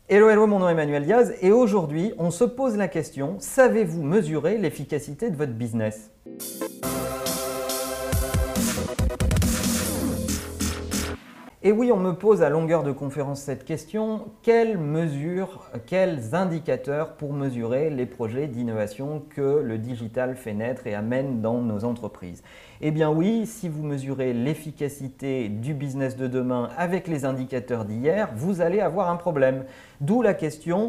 Hello, hello, mon nom est Emmanuel Diaz et aujourd'hui, on se pose la question, savez-vous mesurer l'efficacité de votre business? Et oui, on me pose à longueur de conférence cette question, quelles mesures, quels indicateurs pour mesurer les projets d'innovation que le digital fait naître et amène dans nos entreprises? Eh bien oui, si vous mesurez l'efficacité du business de demain avec les indicateurs d'hier, vous allez avoir un problème. D'où la question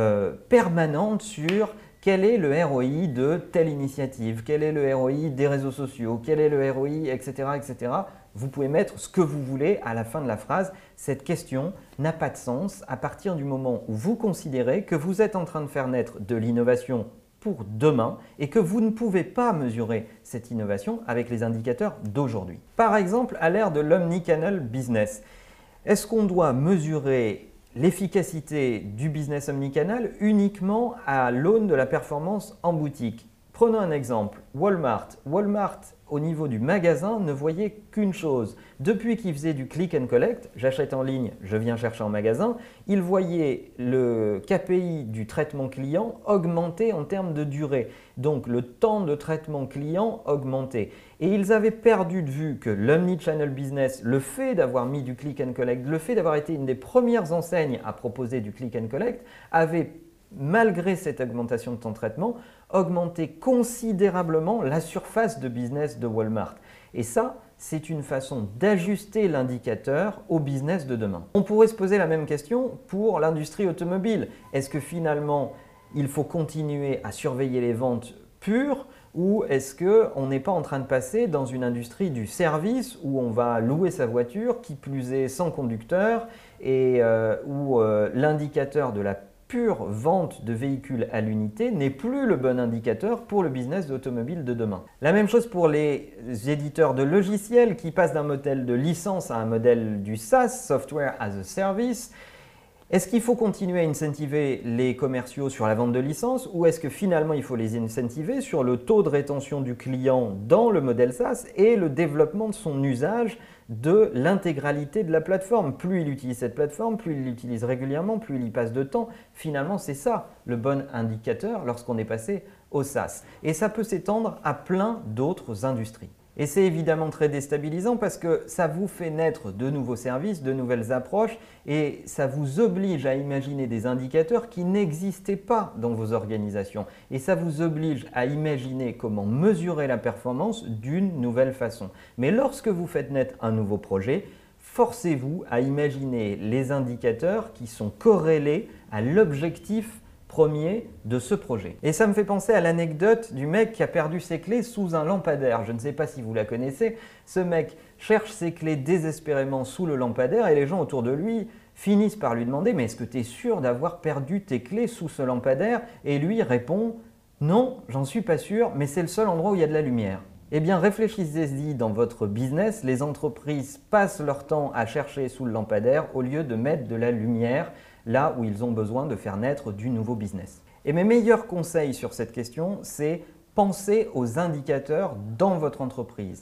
permanente sur quel est le ROI de telle initiative, quel est le ROI des réseaux sociaux, quel est le ROI, etc., etc. Vous pouvez mettre ce que vous voulez à la fin de la phrase. Cette question n'a pas de sens à partir du moment où vous considérez que vous êtes en train de faire naître de l'innovation pour demain et que vous ne pouvez pas mesurer cette innovation avec les indicateurs d'aujourd'hui. Par exemple, à l'ère de l'omnicanal business, est-ce qu'on doit mesurer l'efficacité du business omnicanal uniquement à l'aune de la performance en boutique? Prenons un exemple, Walmart. Walmart, au niveau du magasin, ne voyait qu'une chose. Depuis qu'il faisait du click and collect, j'achète en ligne, je viens chercher en magasin, il voyait le KPI du traitement client augmenter en termes de durée. Donc le temps de traitement client augmentait. Et ils avaient perdu de vue que l'omnichannel business, le fait d'avoir mis du click and collect, le fait d'avoir été une des premières enseignes à proposer du click and collect, avait malgré cette augmentation de temps de traitement, augmenter considérablement la surface de business de Walmart. Et ça, c'est une façon d'ajuster l'indicateur au business de demain. On pourrait se poser la même question pour l'industrie automobile. Est-ce que finalement, il faut continuer à surveiller les ventes pures ou est-ce qu'on n'est pas en train de passer dans une industrie du service où on va louer sa voiture, qui plus est sans conducteur, et où l'indicateur de la pure vente de véhicules à l'unité n'est plus le bon indicateur pour le business d'automobile de demain. La même chose pour les éditeurs de logiciels qui passent d'un modèle de licence à un modèle du SaaS, Software as a Service. Est-ce qu'il faut continuer à incentiver les commerciaux sur la vente de licence ou est-ce que finalement il faut les incentiver sur le taux de rétention du client dans le modèle SaaS et le développement de son usage de l'intégralité de la plateforme? Plus il utilise cette plateforme, plus il l'utilise régulièrement, plus il y passe de temps. Finalement, c'est ça le bon indicateur lorsqu'on est passé au SaaS. Et ça peut s'étendre à plein d'autres industries. Et c'est évidemment très déstabilisant parce que ça vous fait naître de nouveaux services, de nouvelles approches et ça vous oblige à imaginer des indicateurs qui n'existaient pas dans vos organisations. Et ça vous oblige à imaginer comment mesurer la performance d'une nouvelle façon. Mais lorsque vous faites naître un nouveau projet, forcez-vous à imaginer les indicateurs qui sont corrélés à l'objectif premier de ce projet. Et ça me fait penser à l'anecdote du mec qui a perdu ses clés sous un lampadaire. Je ne sais pas si vous la connaissez. Ce mec cherche ses clés désespérément sous le lampadaire et les gens autour de lui finissent par lui demander « Mais est-ce que tu es sûr d'avoir perdu tes clés sous ce lampadaire ?» Et lui répond « Non, j'en suis pas sûr, mais c'est le seul endroit où il y a de la lumière. » Eh bien, réfléchissez-y dans votre business. Les entreprises passent leur temps à chercher sous le lampadaire au lieu de mettre de la lumière là où ils ont besoin de faire naître du nouveau business. Et mes meilleurs conseils sur cette question, c'est penser aux indicateurs dans votre entreprise.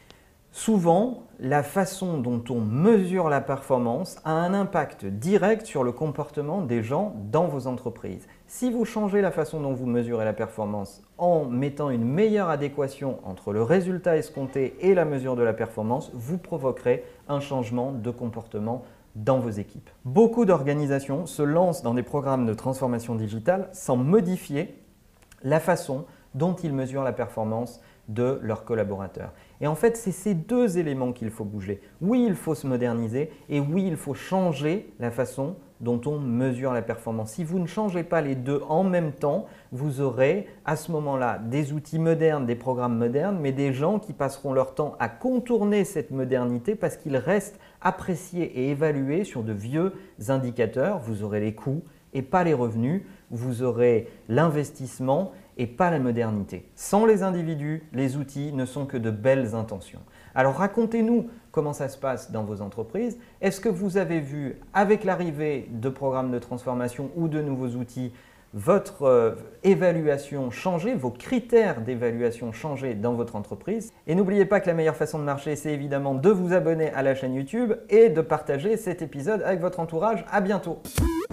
Souvent, la façon dont on mesure la performance a un impact direct sur le comportement des gens dans vos entreprises. Si vous changez la façon dont vous mesurez la performance en mettant une meilleure adéquation entre le résultat escompté et la mesure de la performance, vous provoquerez un changement de comportement dans vos équipes. Beaucoup d'organisations se lancent dans des programmes de transformation digitale sans modifier la façon dont ils mesurent la performance de leurs collaborateurs. Et en fait, c'est ces deux éléments qu'il faut bouger. Oui, il faut se moderniser et oui, il faut changer la façon dont on mesure la performance. Si vous ne changez pas les deux en même temps, vous aurez à ce moment-là des outils modernes, des programmes modernes, mais des gens qui passeront leur temps à contourner cette modernité parce qu'ils restent appréciés et évalués sur de vieux indicateurs. Vous aurez les coûts et pas les revenus. Vous aurez l'investissement et pas la modernité. Sans les individus, les outils ne sont que de belles intentions. Alors racontez-nous comment ça se passe dans vos entreprises. Est-ce que vous avez vu, avec l'arrivée de programmes de transformation ou de nouveaux outils, votre évaluation changer, vos critères d'évaluation changer dans votre entreprise? Et n'oubliez pas que la meilleure façon de marcher, c'est évidemment de vous abonner à la chaîne YouTube et de partager cet épisode avec votre entourage. À bientôt!